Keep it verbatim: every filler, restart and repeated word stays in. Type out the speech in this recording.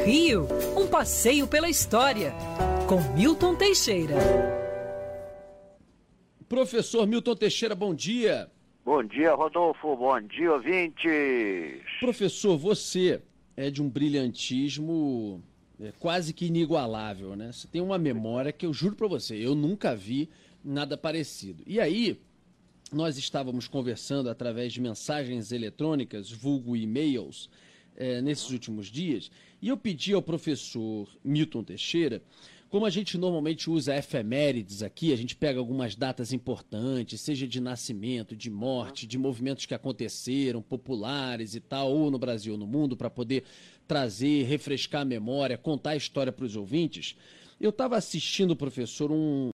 Rio, um passeio pela história, com Milton Teixeira. Professor Milton Teixeira, bom dia. Bom dia, Rodolfo. Bom dia, ouvintes. Professor, você é de um brilhantismo é, quase que inigualável, né? Você tem uma memória que eu juro para você, eu nunca vi nada parecido. E aí, nós estávamos conversando através de mensagens eletrônicas, vulgo e-mails, é, nesses últimos dias, e eu pedi ao professor Milton Teixeira, como a gente normalmente usa efemérides aqui, a gente pega algumas datas importantes, seja de nascimento, de morte, de movimentos que aconteceram, populares e tal, ou no Brasil ou no mundo, para poder trazer, refrescar a memória, contar a história para os ouvintes. Eu estava assistindo, professor, um,